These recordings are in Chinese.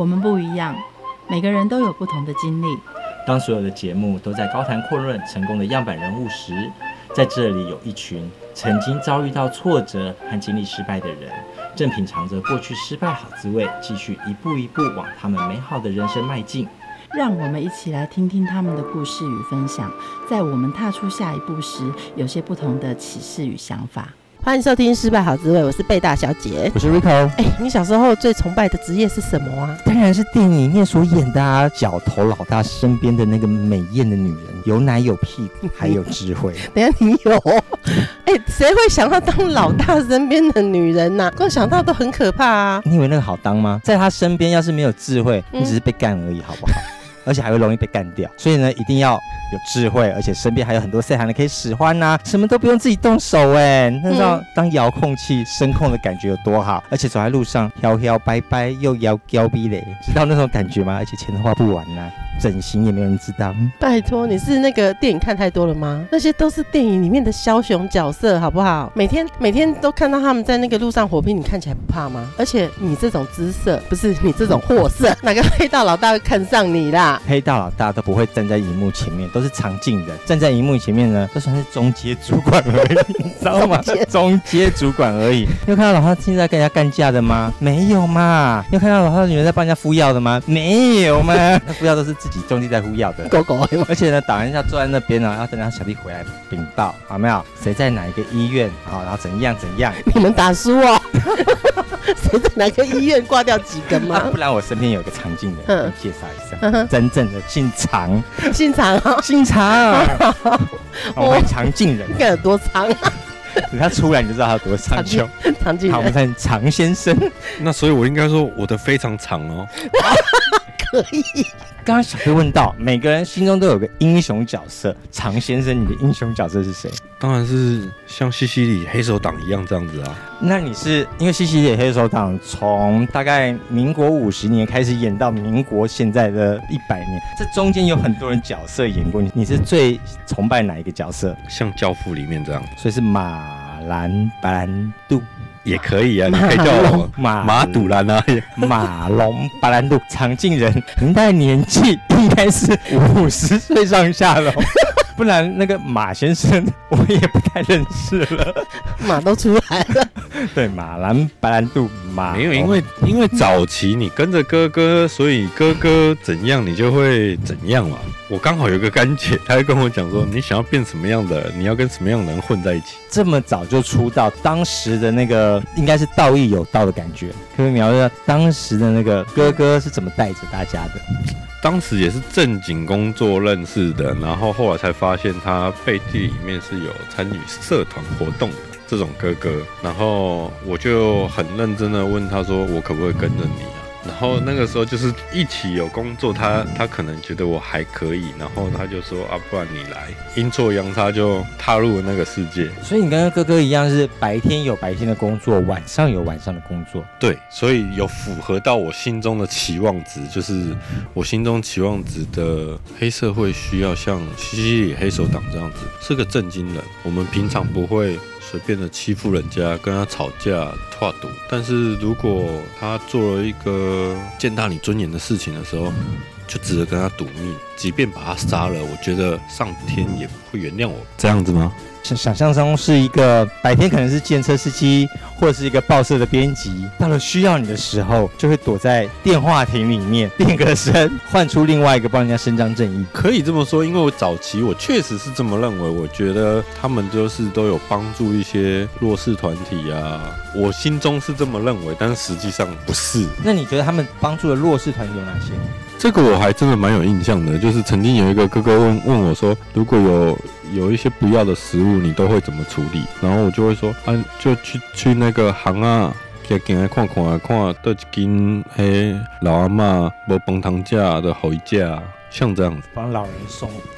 我们不一样，每个人都有不同的经历。 当所有的节目都在高谈阔论成功的样板人物时，在这里有一群曾经遭遇到挫折和经历失败的人，正品尝着过去失败好滋味，继续一步一步往他们美好的人生迈进。 让我们一起来听听他们的故事与分享，在我们踏出下一步时，有些不同的启示与想法。 欢迎收听《失败好滋味》，我是贝大小姐， 我是 Rico。 你小时候最崇拜的职业是什么啊？ 当然是电影里面所演的啊，角头老大身边的那个美艳的女人，有奶有屁股，还有智慧。 等一下你有？谁会想要当老大身边的女人啊？光想到都很可怕啊！ 你以为那个好当吗？在他身边要是没有智慧，你只是被干而已，好不好？而且还会容易被干掉，所以呢，一定要有智慧，而且身边还有很多细汉的可以使唤啊，什么都不用自己动手那知道当遥控器声控的感觉有多好，而且走在路上摇摇摆摆又摇摇逼嘞，知道那种感觉吗？而且钱都花不完啊，整形也没有人知道。 拜托，你是那个电影看太多了吗？那些都是电影里面的枭雄角色，好不好？每天都看到他们在那个路上火拼，你看起来不怕吗？而且你这种姿色，不是你这种货色，哪个黑道老大会看上你啦？ 黑道老大都不会站在荧幕前面，都是常进人，站在荧幕前面呢，都算是中阶主管而已，你知道吗？中阶主管而已。你有看到老大现在跟人家干架的吗？没有嘛。你有看到老大的女人在帮人家敷药的吗？没有嘛。那敷药都是自己中介在敷药的， 狗狗。 而且呢，打完一下坐在那边呢，要等他小弟回来禀报，好没有？谁在哪一个医院然后怎样怎样？ 你们打输哦。谁在哪个医院挂掉几根吗？ 不然我身边有一个常进人，介绍一下，真正的姓常， 姓常啊， 姓常，我们常进人， 你看有多长啊？ 等他出来你就知道他有多长久。 常进人， 好，我们看常先生。 那所以我应该说我的非常长哦。 可以。 刚刚小飞问到，每个人心中都有个英雄角色，常先生，你的英雄角色是谁？ 当然是像西西里黑手党一样这样子啊。 那你是因为西西里黑手党从大概民国50年开始演到民国现在的100年，这中间有很多人角色演过，你是最崇拜哪一个角色？ 像教父里面这样， 所以是马兰白兰度。 也可以啊，你可以叫我马杜兰啊， 马龙白兰度，常进人，您大概年纪应该是50岁上下了。不然那个马先生我也不太认识了， 马都出来了。 对，马兰白兰度马没有，因为早期你跟着哥哥，所以哥哥怎样你就会怎样嘛。我刚好有个干姐，她会跟我讲说，你想要变什么样的人，你要跟什么样的人混在一起。 这么早就出道，当时的那个应该是道义有道的感觉，可不可以描述下当时的那个哥哥是怎么带着大家的？ 当时也是正经工作认识的，然后后来才发现他背地里面是有参与社团活动的这种哥哥，然后我就很认真的问他说，我可不可以跟着你啊？然后那个时候就是一起有工作，他可能觉得我还可以，然后他就说不然你来，阴错阳差就踏入了那个世界。 所以你跟哥哥一样，是白天有白天的工作，晚上有晚上的工作。 对，所以有符合到我心中的期望值，就是我心中期望值的黑社会需要像西西里黑手党这样子，是个正经人。我们平常不会随便的欺负人家，跟他吵架、拓赌。但是如果他做了一个践踏你尊严的事情的时候，就值得跟他赌命，即便把他杀了，我觉得上天也不会原谅我。这样子吗？ 想象中是一个白天可能是计程车司机，或者是一个报社的编辑，到了需要你的时候，就会躲在电话亭里面变个身，换出另外一个帮人家伸张正义。 可以这么说，因为我早期我确实是这么认为，我觉得他们都有帮助一些弱势团体啊，我心中是这么认为，但是实际上不是。 那你觉得他们帮助的弱势团体有哪些？ 这个我还真的蛮有印象的，就是曾经有一个哥哥问我说，如果有一些不要的食物，你都会怎么处理？然后我就会说，就去那个行啊，行来看看，到一间老阿嬷无饭通吃的回家，像这样子， 帮老人送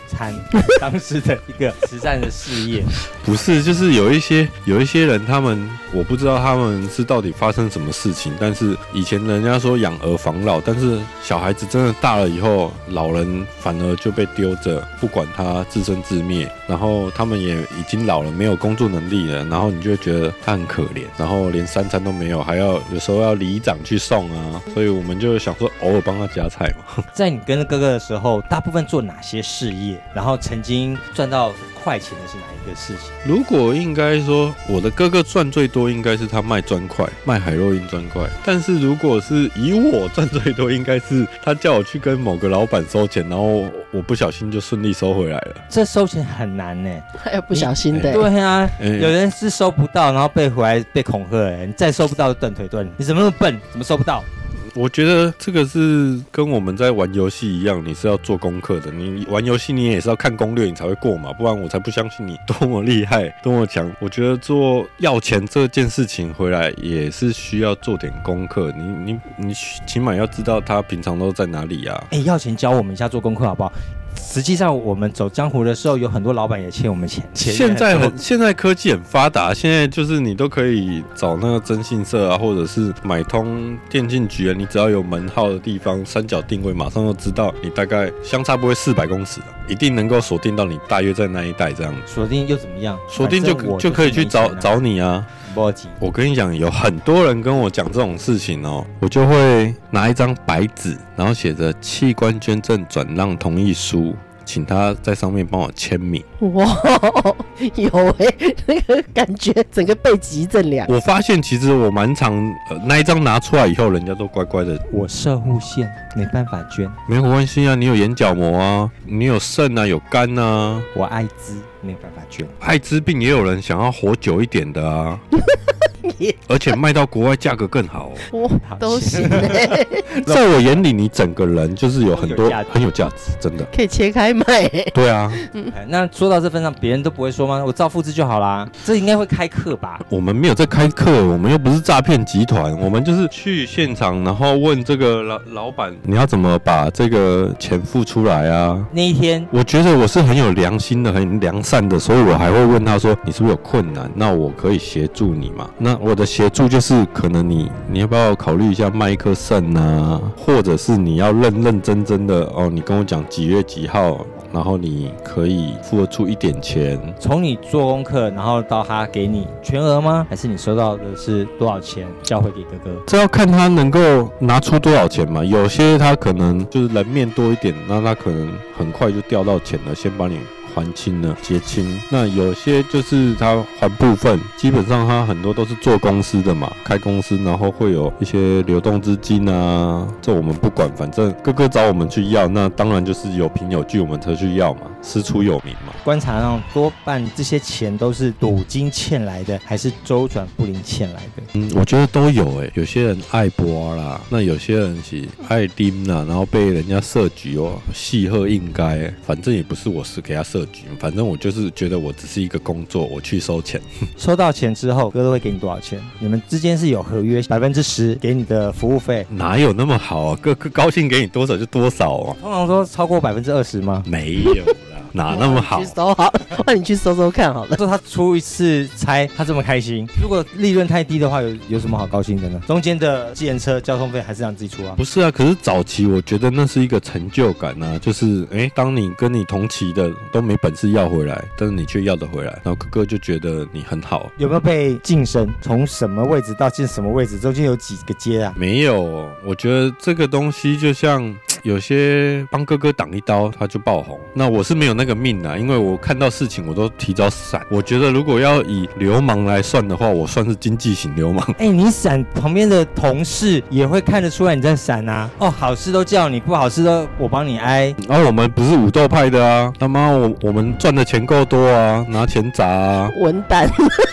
餐当时的一个慈善的事业。 不是，就是有一些人，他们我不知道他们是到底发生什么事情，但是以前人家说养儿防老，但是小孩子真的大了以后，老人反而就被丢着，不管他自生自灭，然后他们也已经老了，没有工作能力了，然后你就会觉得他很可怜，然后连3餐都没有，还要有时候要里长去送啊，所以我们就想说偶尔帮他夹菜嘛。 在你跟哥哥的时候，大部分做哪些事业？然后曾经赚到快钱的是哪一个事情？ 如果应该说，我的哥哥赚最多应该是他卖砖块，卖海洛因砖块。但是如果是以我赚最多，应该是他叫我去跟某个老板收钱，然后我不小心就顺利收回来了。 这收钱很难呢， 还有不小心的。 对啊，有人是收不到，然后被回来被恐吓，你再收不到就断腿断。你怎么那么笨？怎么收不到？ 我觉得这个是跟我们在玩游戏一样，你是要做功课的。你玩游戏你也是要看攻略，你才会过嘛，不然我才不相信你多么厉害，多么强。我觉得做要钱这件事情回来也是需要做点功课，你起码要知道他平常都在哪里啊。 要钱教我们一下做功课好不好？实际上，我们走江湖的时候，有很多老板也欠我们钱。现在科技很发达，现在就是你都可以找那个征信社啊，或者是买通电信局啊，你只要有门号的地方，三角定位，马上就知道你大概相差不会400公尺，一定能够锁定到你大约在那一带这样。 锁定又怎么样？ 锁定就可以去找你啊。我跟你讲，有很多人跟我讲这种事情哦，我就会拿一张白纸，然后写着器官捐赠转让同意书，请他在上面帮我签名。 哇，有那个感觉整个背脊正凉。 我发现其实我蛮常那一张拿出来以后，人家都乖乖的。 我射护腺没办法捐， 没有关系啊，你有眼角膜啊，你有肾啊，有肝啊。 我艾滋没办法捐， 艾滋病也有人想要活久一点的啊。而且卖到国外价格更好哦，都行在我眼里，你整个人就是有很多很有价值，真的可以切开卖。 对啊， 那说到这份上，别人都不会说吗？我照复制就好啦，这应该会开课吧？ 我们没有在开课，我们又不是诈骗集团，我们就是去现场，然后问这个老板，你要怎么把这个钱付出来啊？ 那一天， 我觉得我是很有良心的，很良善的，所以我还会问他说，你是不是有困难？那我可以协助你嘛？那我的协助就是可能你要不要考虑一下卖一颗肾啊，或者是你要认真的哦，你跟我讲几月几号，然后你可以付得出一点钱。 从你做功课，然后到他给你全额吗？还是你收到的是多少钱交回给哥哥？ 这要看他能够拿出多少钱嘛。有些他可能就是人面多一点，那他可能很快就调到钱了，先帮你还清了结清。那有些就是他还部分，基本上他很多都是做公司的嘛，开公司然后会有一些流动资金啊，这我们不管，反正哥哥找我们去要，那当然就是有凭有据我们才去要嘛，师出有名嘛。 观察上多半这些钱都是赌金欠来的，还是周转不灵欠来的？ 我觉得都有有些人爱博啦，那有些人是爱盯啦，然后被人家设局哦，戏贺应该，反正也不是我是给他设局，反正我就是觉得我只是一个工作，我去收钱。 收到钱之后，哥都会给你多少钱？你们之间是有合约10%给你的服务费？ 哪有那么好啊？哥高兴给你多少就多少啊。 通常说超过20%吗？ 没有啦。哪那么好？ 去收好，那你去收收看好了。 说他出一次差，他这么开心。如果利润太低的话，有什么好高兴的呢？中间的计程车交通费还是让自己出啊？ 不是啊，可是早期我觉得那是一个成就感啊，就是当你跟你同期的都没本事要回来，但是你却要得回来，然后哥哥就觉得你很好。 有没有被晋升？从什么位置到进什么位置，中间有几个阶啊？ 没有，我觉得这个东西就像有些帮哥哥挡一刀，他就爆红。那我是没有那个命啊，因为我看到事情我都提早闪。我觉得如果要以流氓来算的话，我算是经济型流氓。 你闪旁边的同事也会看得出来你在闪啊。哦，好事都叫你，不好事都我帮你挨。 然后我们不是武斗派的啊，他妈我们赚的钱够多啊，拿钱砸啊。 文胆。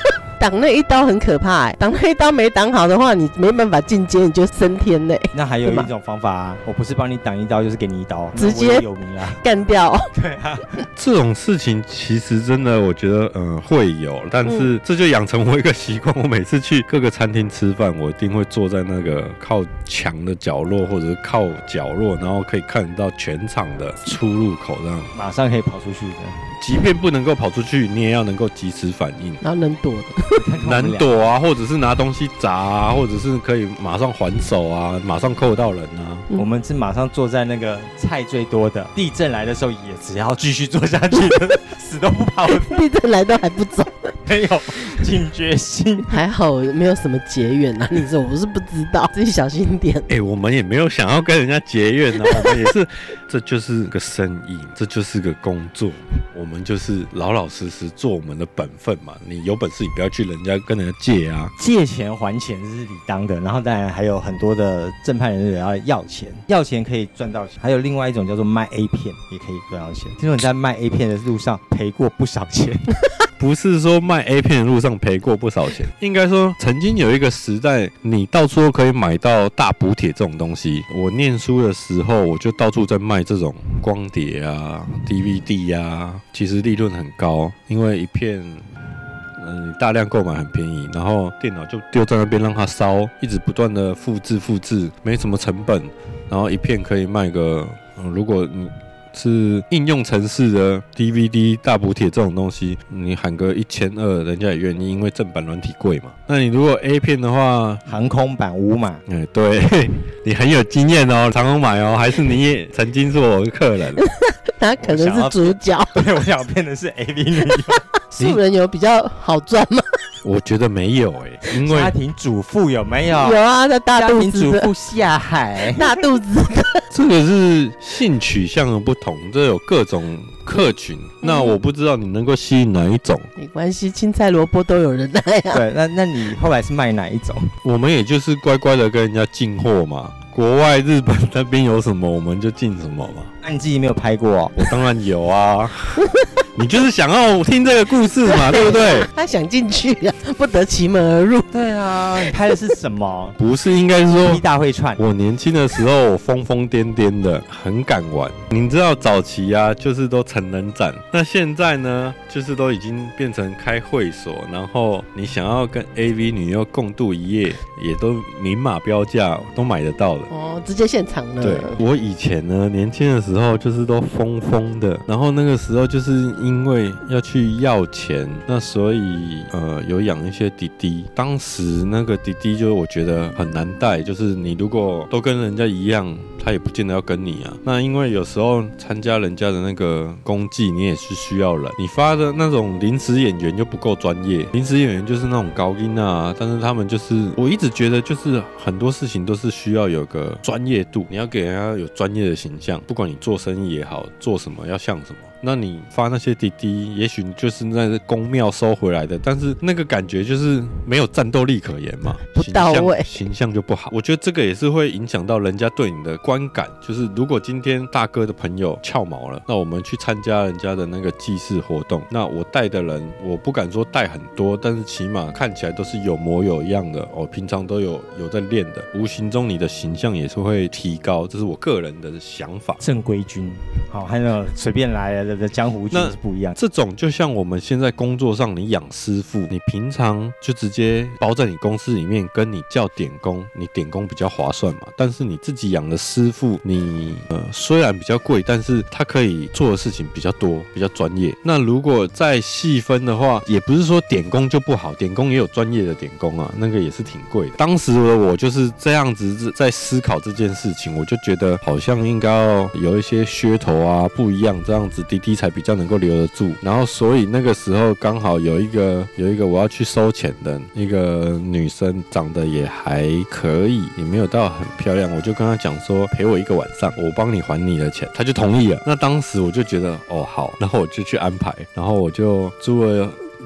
挡那一刀很可怕挡那一刀没挡好的话，你没办法进阶，你就升天嘞。 那还有一种方法啊，我不是帮你挡一刀，就是给你一刀， 直接有名啦， 干掉。 对啊， 这种事情其实真的，我觉得会有，但是这就养成我一个习惯，我每次去各个餐厅吃饭，我一定会坐在那个靠墙的角落，或者是靠角落，然后可以看得到全场的出入口，这样马上可以跑出去的。 即便不能够跑出去，你也要能够及时反应， 然后能躲的， 能躲啊，或者是拿东西砸啊，或者是可以马上还手啊，马上扣到人啊。 我们是马上坐在那个菜最多的，地震来的时候也只要继续坐下去的，死都不跑。 地震来都还不走， 没有警觉性， 还好没有什么结怨啊。你说我是不知道，自己小心一点。 我们也没有想要跟人家结怨啊，我们也是，这就是个生意，这就是个工作，我们就是老老实实做我们的本分嘛。你有本事你不要去跟人家借啊， 借钱还钱这是理当的。然后当然还有很多的正派人士要钱，要钱可以赚到钱。还有另外一种叫做卖 A 片，也可以赚到钱。听说你在卖 A 片的路上赔过不少钱。 不是说卖 A 片的路上赔过不少钱，应该说曾经有一个时代，你到处都可以买到大补帖这种东西。我念书的时候，我就到处在卖这种光碟啊、DVD 啊，其实利润很高，因为一片你大量购买很便宜，然后电脑就丢在那边让它烧，一直不断的复制，没什么成本，然后一片可以卖个，如果你是应用程式的 DVD 大补帖这种东西，你喊个1200，人家也愿意，因为正版软体贵嘛。那你如果 A 片的话， 航空版5码， 对，你很有经验哦，常常买哦，还是你也曾经是我的客人？ 他可能是主角。 对，我想变的是 AV 女优。 素人有比较好赚吗？ 我觉得没有因为家庭主妇有没有？ 有啊，在大肚子的。 家庭主妇下海， 大肚子的。 这个是性取向的不同，这有各种客群。那我不知道你能够吸引哪一种。 没关系，青菜萝卜都有人爱啊。 对，那你后来是卖哪一种？ 我们也就是乖乖的跟人家进货嘛。国外日本那边有什么我们就进什么嘛。 那你自己没有拍过哦？ 我当然有啊。你就是想要听这个故事嘛，对不对？ 他想进去啊，不得其门而入。 对啊，你拍的是什么？ 不是应该说大会串。 我年轻的时候我疯疯癫癫的，很敢玩。你知道早期啊，就是都成人展，那现在呢，就是都已经变成开会所，然后你想要跟 AV 女优共度一夜，也都明码标价，都买得到的。 哦，直接现场了。 对，我以前呢，年轻的时候就是都疯疯的，然后那个时候就是因为要去要钱，那所以有养一些弟弟。当时那个弟弟就我觉得很难带，就是你如果都跟人家一样，他也不见得要跟你啊。那因为有时候参加人家的那个公祭，你也是需要人，你发的那种临时演员就不够专业。临时演员就是那种高音啊，但是他们就是我一直觉得就是很多事情都是需要有个专业度，你要给人家有专业的形象，不管你做生意也好，做什么要像什么。那你发那些滴滴，也许就是那公庙收回来的，但是那个感觉就是没有战斗力可言嘛， 不到位， 形象就不好。我觉得这个也是会影响到人家对你的观感。就是如果今天大哥的朋友翘毛了，那我们去参加人家的那个祭祀活动，那我带的人，我不敢说带很多，但是起码看起来都是有模有样的哦，平常都有在练的，无形中你的形象也是会提高，这是我个人的想法。 正规军，好，还有随便来的江湖剧是不一样。 这种就像我们现在工作上，你养师傅，你平常就直接包在你公司里面，跟你叫点工，你点工比较划算嘛。但是你自己养的师傅，你虽然比较贵，但是他可以做的事情比较多，比较专业。那如果再细分的话，也不是说点工就不好，点工也有专业的点工啊，那个也是挺贵的。当时的我就是这样子在思考这件事情，我就觉得好像应该要有一些噱头啊，不一样，这样子滴滴才比较能够留得住。然后所以那个时候刚好有一个我要去收钱的一个女生，长得也还可以，也没有到很漂亮，我就跟她讲说陪我1个晚上，我帮你还你的钱，她就同意了。那当时我就觉得哦好，然后我就去安排，然后我就租了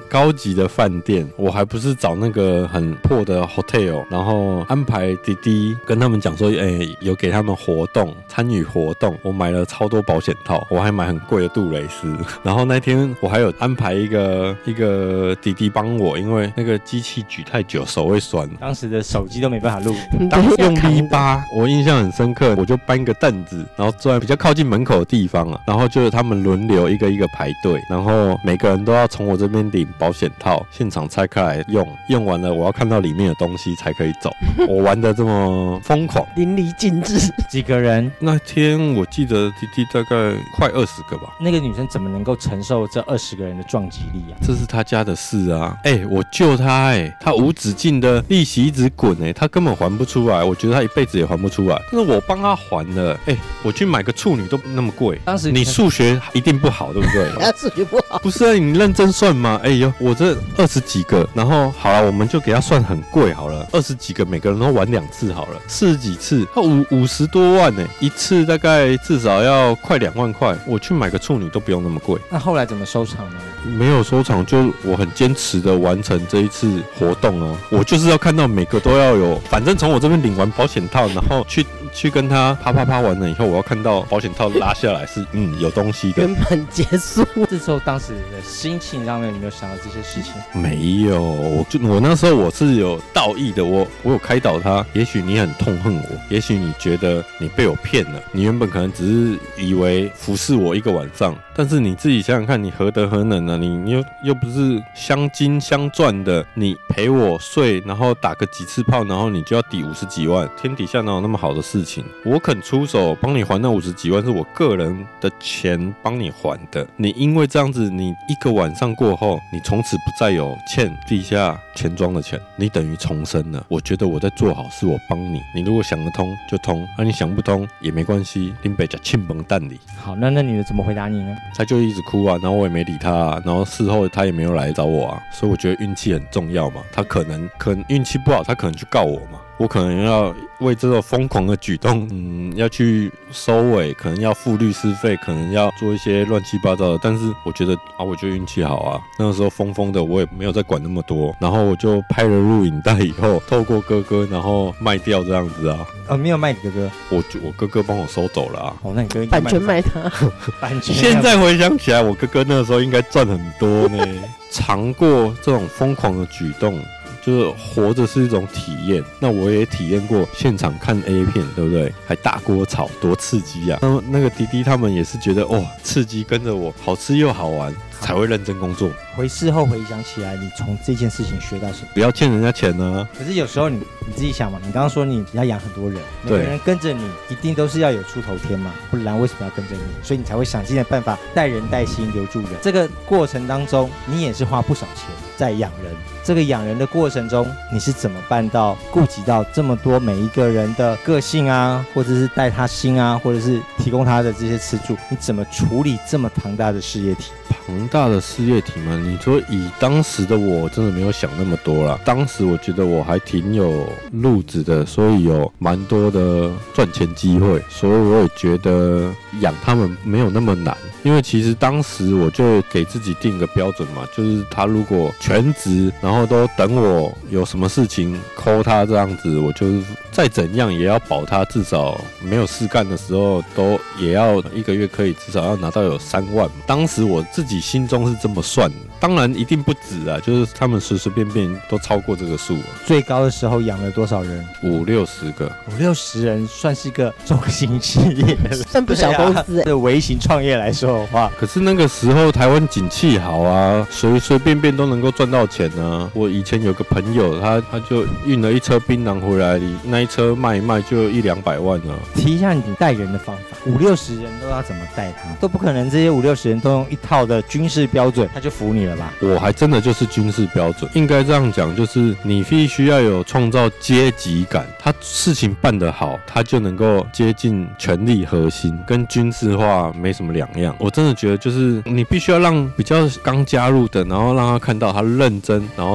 高级的饭店，我还不是找那个很破的 hotel， 然后安排弟弟跟他们讲说，有给他们活动，参与活动，我买了超多保险套，我还买很贵的杜蕾斯，然后那天我还有安排一个弟弟帮我，因为那个机器举太久手会酸， 当时的手机都没办法录， 当时用 V8， 我印象很深刻，我就搬一个凳子，然后坐在比较靠近门口的地方啊，然后就是他们轮流一个一个排队，然后每个人都要从我这边领保险套，现场拆开来用完了我要看到里面的东西才可以走。我玩的这么疯狂， 淋漓尽致。 几个人？ 那天我记得弟弟大概快20个吧。 那个女生怎么能够承受这20个人的撞击力啊？ 这是他家的事啊！我救他他无止境的利息一直滚他根本还不出来，我觉得他一辈子也还不出来。但是我帮他还了，我去买个处女都那么贵。当时你数学一定不好，对不对？ 他数学不好。 不是啊，你认真算嘛。我这20几个，然后好了，我们就给他算很贵好了，20几个每个人都玩2次好了，40几次，他50多万一次大概至少要快2万块。我去买个处女都不用那么贵。 那后来怎么收场呢？ 没有收场，就我很坚持的完成这一次活动啊。我就是要看到每个都要有，反正从我这边领完保险套，然后去跟他啪完了以后，我要看到保险套拉下来是有东西的。 原本结束。 这时候当时的心情上面，你没有想到这些事情？ 没有，我那时候我是有道义的，我有开导他。也许你很痛恨我，也许你觉得你被我骗了，你原本可能只是以为服侍我一个晚上，但是你自己想想看，你何德何能啊？你又不是相金相赚的，你陪我睡，然后打个几次炮，然后你就要抵50几万，天底下哪有那么好的事情？我肯出手帮你还那50几万，是我个人的钱帮你还的。你因为这样子，你一个晚上过后，你从此不再有欠地下钱庄的钱，你等于重生了。我觉得我在做好事，我帮你。你如果想得通就通，你想不通也没关系，林北讲庆崩蛋里。 好，那女的怎么回答你呢？ 他就一直哭啊，然后我也没理他啊，然后事后他也没有来找我啊，所以我觉得运气很重要嘛。他可能运气不好，他可能去告我嘛。我可能要为这个疯狂的举动，要去收尾，可能要付律师费，可能要做一些乱七八糟的。但是我觉得我就运气好啊，那个时候疯的，我也没有再管那么多。然后我就拍了录影带以后，透过哥哥，然后卖掉这样子啊。 没有卖你哥哥， 我哥哥帮我收走了啊。 那你哥哥版权卖他， 版权。 现在回想起来，我哥哥那个时候应该赚很多呢。尝过这种疯狂的举动。就是活着是一种体验，那我也体验过现场看 A 片，对不对？还大锅炒，多刺激啊！那个弟弟他们也是觉得刺激，跟着我好吃又好玩，才会认真工作。 事后回想起来，你从这件事情学到什么？ 不要欠人家钱啊！ 可是有时候你自己想嘛，你刚刚说你要养很多人，每个人跟着你一定都是要有出头天嘛，不然为什么要跟着你？所以你才会想尽的办法带人带心留住人。这个过程当中，你也是花不少钱在养人。这个养人的过程中，你是怎么办到顾及到这么多每一个人的个性啊，或者是带他心啊，或者是提供他的这些吃住？你怎么处理这么庞大的事业体？ 庞大的事业体嘛，你说以当时的我真的没有想那么多啦。当时我觉得我还挺有路子的，所以有蛮多的赚钱机会，所以我也觉得养他们没有那么难。因为其实当时我就给自己定个标准嘛，就是他如果全职，然后都等我有什么事情call他这样子，我就是再怎样也要保他，至少没有事干的时候都也要一个月可以至少要拿到有3万嘛。当时我自己心中是这么算的，当然一定不止啊，就是他们随随便便都超过这个数。 最高的时候养了多少人 ？50-60个。 50-60人算是个中型企业， 算不小公司。 对微型创业来说的话， 可是那个时候台湾景气好啊，随随便便都能够赚到钱啊。我以前有个朋友，他就运了一车槟榔回来，那一车卖一卖就100-200万啊。 提一下你带人的方法，50-60人都要怎么带他？都不可能这些50-60人都用一套的军事标准，他就服你了吧？ 我还真的就是军事标准，应该这样讲，就是你必须要有创造阶级感，他事情办得好，他就能够接近权力核心，跟军事化没什么两样。我真的觉得就是你必须要让比较刚加入的，然后让他看到他认真，然后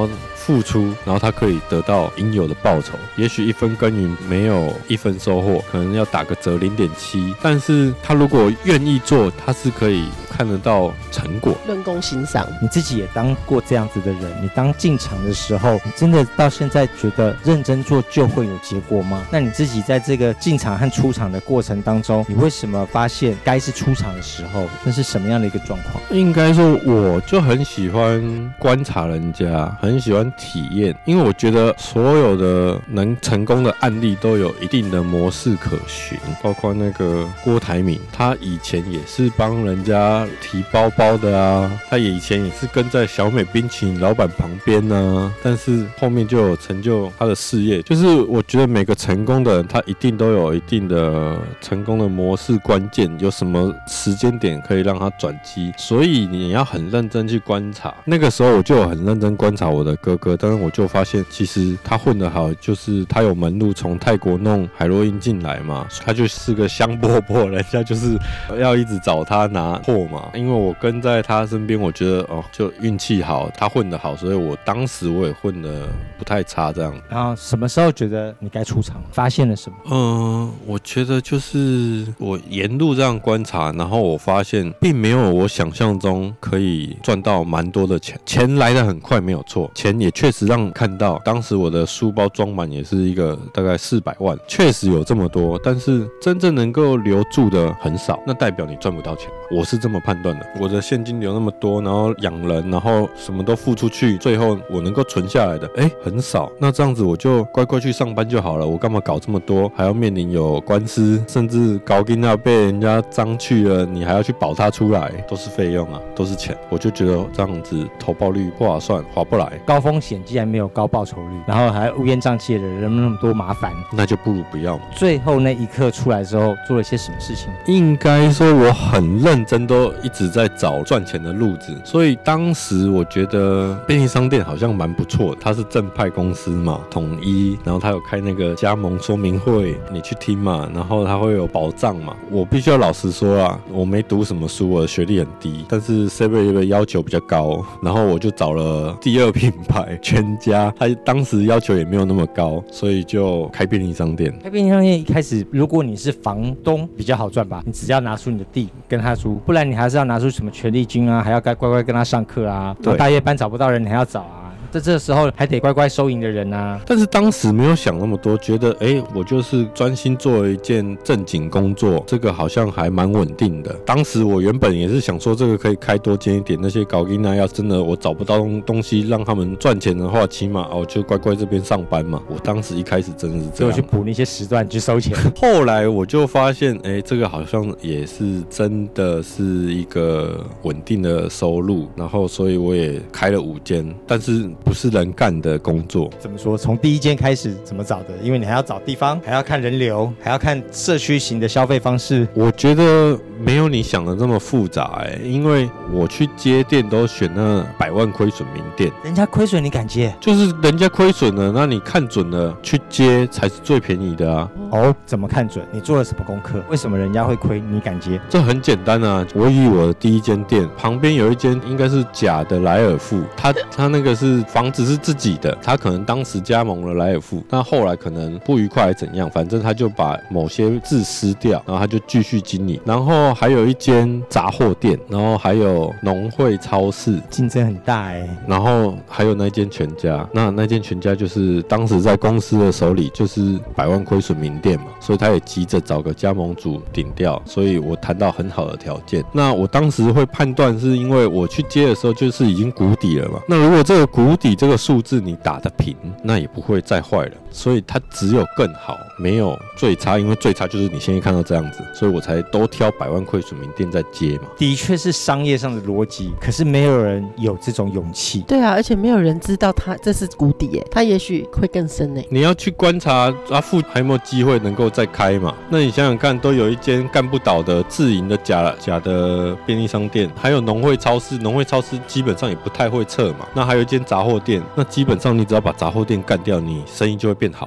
付出，然后他可以得到应有的报酬。也许1分耕耘没有1分收获，可能要打个折0.7，但是他如果愿意做，他是可以看得到成果。 论功行赏。 你自己也当过这样子的人，你当进场的时候，你真的到现在觉得认真做就会有结果吗？那你自己在这个进场和出场的过程当中，你为什么发现该是出场的时候？那是什么样的一个状况？ 应该说，我就很喜欢观察人家，很喜欢体验，因为我觉得所有的能成功的案例都有一定的模式可循，包括那个郭台铭，他以前也是帮人家提包包的啊，他以前也是跟在小美冰淇淋老板旁边啊，但是后面就有成就他的事业。就是我觉得每个成功的人，他一定都有一定的成功的模式关键，有什么时间点可以让他转机，所以你要很认真去观察。那个时候我就有很认真观察我的哥哥，但是我就发现其实他混得好，就是他有门路从泰国弄海洛因进来嘛，他就是个香饽饽，人家就是要一直找他拿货嘛。因为我跟在他身边，我觉得就运气好，他混得好，所以我当时我也混得不太差这样。 然后什么时候觉得你该出场？发现了什么？ 我觉得就是我沿路这样观察，然后我发现并没有我想象中可以赚到蛮多的钱，钱来得很快没有错，钱也确实让看到，当时我的书包装满也是一个大概400万，确实有这么多，但是真正能够留住的很少，那代表你赚不到钱，我是这么判断的。我的现金流那么多，然后养人，然后什么都付出去，最后我能够存下来的很少，那这样子我就乖乖去上班就好了，我干嘛搞这么多，还要面临有官司，甚至搞金啊被人家脏去了，你还要去保他出来，都是费用啊，都是钱。我就觉得这样子投报率不划算，划不来。 高风险既然没有高报酬率，然后还乌烟瘴气的人那么多麻烦， 那就不如不要。 最后那一刻出来之后做了些什么事情？ 应该说我很认真，都一直在找赚钱的路子，所以当时我觉得便利商店好像蛮不错的，它是正派公司嘛，统一，然后它有开那个加盟说明会，你去听嘛，然后它会有保障嘛。我必须要老实说啊，我没读什么书，我的学历很低，但是 7-Eleven 的要求比较高，然后我就找了第2品牌全家，它当时要求也没有那么高，所以就开便利商店。 开便利商店一开始，如果你是房东比较好赚吧，你只要拿出你的地跟他租，不然你还是要拿出什么权利金啊，还要该乖乖跟他上课啊，大夜班找不到人你还要找啊。这个时候还得乖乖收银的人啊。 但是当时没有想那么多，觉得我就是专心做一件正经工作，这个好像还蛮稳定的。当时我原本也是想说这个可以开多间一点，那些搞金啊要真的我找不到东西让他们赚钱的话，起码我就乖乖这边上班嘛。我当时一开始真的是这样， 就去补那些时段去收钱。 后来我就发现这个好像也是真的是一个稳定的收入，然后所以我也开了5间，但是不是人干的工作。 怎么说？从第1间开始怎么找的？因为你还要找地方，还要看人流，还要看社区型的消费方式。 我觉得没有你想的这么复杂因为我去接店都选那100万亏损名店， 人家亏损你敢接？ 就是人家亏损了，那你看准了去接才是最便宜的啊。 怎么看准？你做了什么功课？为什么人家会亏你敢接？ 这很简单啊，我以我的第1间店旁边有一间应该是假的莱尔富，他那个是房子是自己的，他可能当时加盟了莱尔富，但后来可能不愉快还怎样，反正他就把某些字撕掉，然后他就继续经营。然后还有一间杂货店，然后还有农会超市， 竞争很大然后还有那间全家，那间全家就是当时在公司的手里就是100万亏损名店嘛，所以他也急着找个加盟主顶掉，所以我谈到很好的条件。那我当时会判断是因为我去接的时候就是已经谷底了嘛，那如果这个谷底这个数字你打得平，那也不会再坏了，所以它只有更好，没有最差，因为最差就是你现在看到这样子，所以我才都挑100万亏损名店在接嘛。 的确是商业上的逻辑，可是没有人有这种勇气。 对啊，而且没有人知道他这是谷底他也许会更深你要去观察富还有没有机会能够再开嘛。那你想想看，都有一间干不倒的自营的假的便利商店，还有农会超市，农会超市基本上也不太会撤嘛。那还有一间杂货店，那基本上你只要把杂货店干掉，你生意就会变好。 对，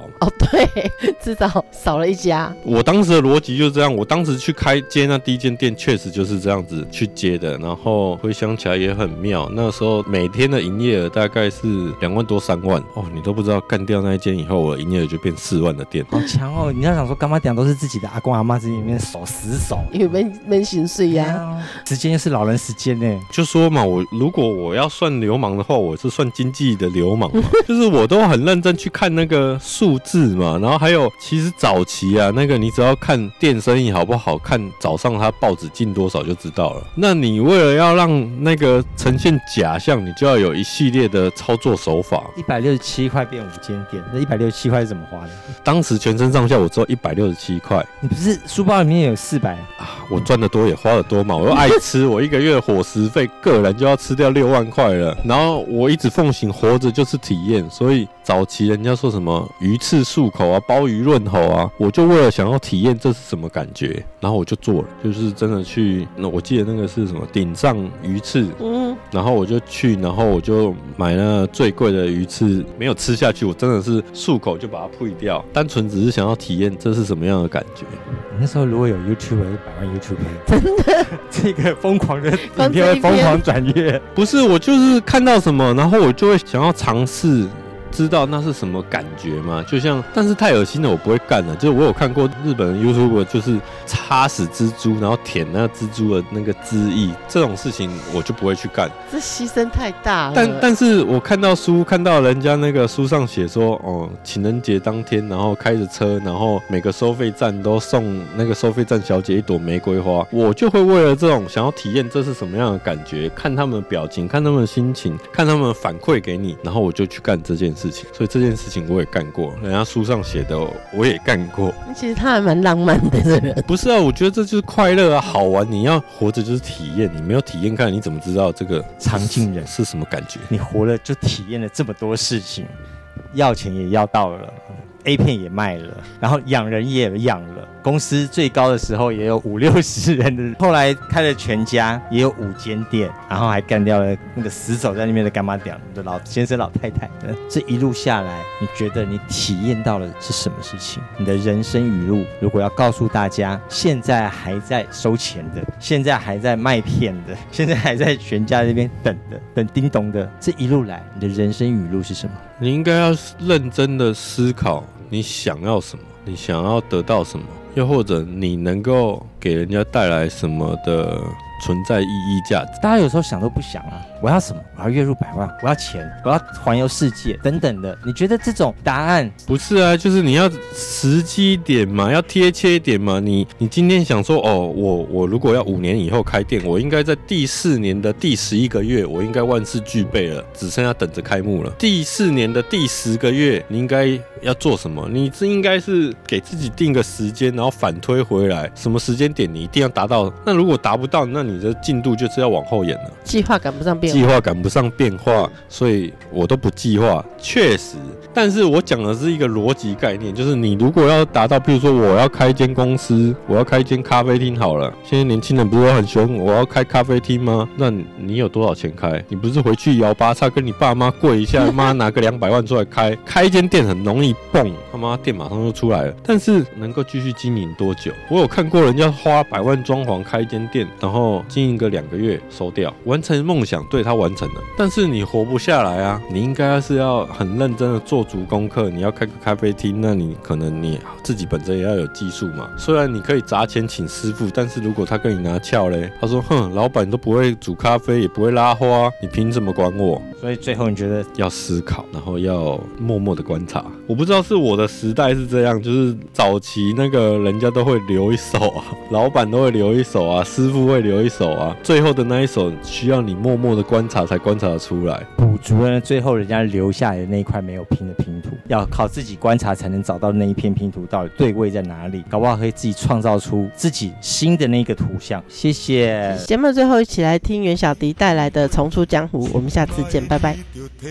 对，至少少了一家。 我当时的逻辑就是这样，我当时去接那第一间店，确实就是这样子去接的。然后回想起来也很妙，那时候每天的营业额大概是2万多3万哦，你都不知道干掉那一间以后，我的营业额就变4万的店， 好强哦！你要想说干妈店都是自己的阿公阿妈自己里面死守， 因为没薪水呀， 时间又是老人时间呢。 就说嘛，如果我要算流氓的话，我是算经济的流氓嘛，就是我都很认真去看那个数字嘛，然后还有其实早期啊，那个你只要看店生意好不好，看早上他报纸进多少就知道了。那你为了要让那个呈现假象，你就要有一系列的操作手法。 167块变5间店，那167块是怎么花的？ 当时全身上下我只有167块， 你不是书包里面有400 啊？我赚得多也花得多嘛，我又爱吃，我一个月伙食费个人就要吃掉6万块了。然后我一直奉行活着就是体验，所以早期人家说什么鱼翅漱口啊、鲍鱼润喉啊，我就为了想要体验这是什么感觉，然后我就做了，就是真的去。那我记得那个是什么顶上鱼翅，然后我就去，然后我就买那最贵的鱼翅，没有吃下去，我真的是漱口就把它吐掉，单纯只是想要体验这是什么样的感觉。 那时候如果有 YouTuber 是100万 YouTuber， 真的，这个疯狂的影片会疯狂转阅。 不是，我就是看到什么，然后我就会想要尝试。知道那是什么感觉吗？就像，但是太恶心了，我不会干了。就是我有看过日本的 YouTuber， 就是插死蜘蛛，然后舔那蜘蛛的那个汁液，这种事情我就不会去干。 这牺牲太大了。 但是我看到人家那个书上写说，哦，情人节当天，然后开着车，然后每个收费站都送那个收费站小姐一朵玫瑰花，我就会为了这种想要体验这是什么样的感觉，看他们的表情，看他们的心情，看他们的反馈给你，然后我就去干这件事情。所以这件事情我也干过，人家书上写的我也干过。 其实他还蛮浪漫的这人。 不是啊，我觉得这就是快乐啊，好玩。你要活着就是体验，你没有体验看，你怎么知道这个常进人是什么感觉？ 你活了就体验了这么多事情，要钱也要到了。A 片也卖了，然后养人也养了，公司最高的时候也有50-60人的，后来开了全家，也有5间店，然后还干掉了那个死守在那边的干妈店的老先生老太太。这一路下来，你觉得你体验到了是什么事情？你的人生语录，如果要告诉大家，现在还在收钱的，现在还在卖片的，现在还在全家那边等的，等叮咚的，这一路来，你的人生语录是什么？ 你应该要认真的思考你想要什么，你想要得到什么，又或者你能够给人家带来什么的存在意义价值。 大家有时候想都不想啊，我要什么？我要月入100万，我要钱，我要环游世界等等的。你觉得这种答案不是啊？就是你要实际一点嘛，要贴切一点嘛。你今天想说哦，我如果要5年以后开店，我应该在第4年的第11个月，我应该万事俱备了，只剩下等着开幕了。第4年的第10个月，你应该要做什么？你应该是给自己定个时间，然后反推回来，什么时间点你一定要达到。那如果达不到，那你的进度就是要往后延了。 计划赶不上变化， 计划赶不上变化，所以我都不计划。确实，但是我讲的是一个逻辑概念，就是你如果要达到，比如说我要开一间公司，我要开一间咖啡厅好了。现在年轻人不是很凶，我要开咖啡厅吗？那你有多少钱开？你不是回去摇八叉跟你爸妈跪一下，妈拿个200万出来开一间店很容易蹦，他妈店马上就出来了。但是能够继续经营多久？我有看过人家花100万装潢开一间店，然后经营个2个月收掉，完成梦想，对，他完成了。但是你活不下来啊！你应该是要很认真的做足功课。你要开个咖啡厅，那你可能你自己本身也要有技术嘛。虽然你可以砸钱请师傅，但是如果他跟你拿翘嘞，他说哼，老板都不会煮咖啡，也不会拉花，你凭什么管我？ 所以最后你觉得要思考，然后要默默的观察。我不知道是我的时代是这样，就是早期那个人家都会留一手啊，老板都会留一手啊，师傅会留一手啊，最后的那一手需要你默默的观察才观察得出来， 补足了最后人家留下来的那一块没有拼的拼图。要靠自己观察才能找到那一片拼图到底对位在哪里，搞不好可以自己创造出自己新的那个图像。谢谢。 节目最后一起来听袁小迪带来的《重出江湖》，我们下次见，拜拜。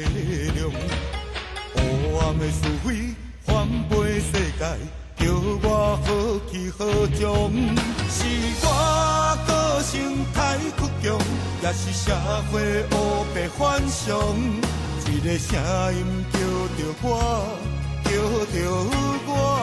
叫我好气好壮，是我个性太倔强，也是社会黑白反常，一个声音叫着我叫着我。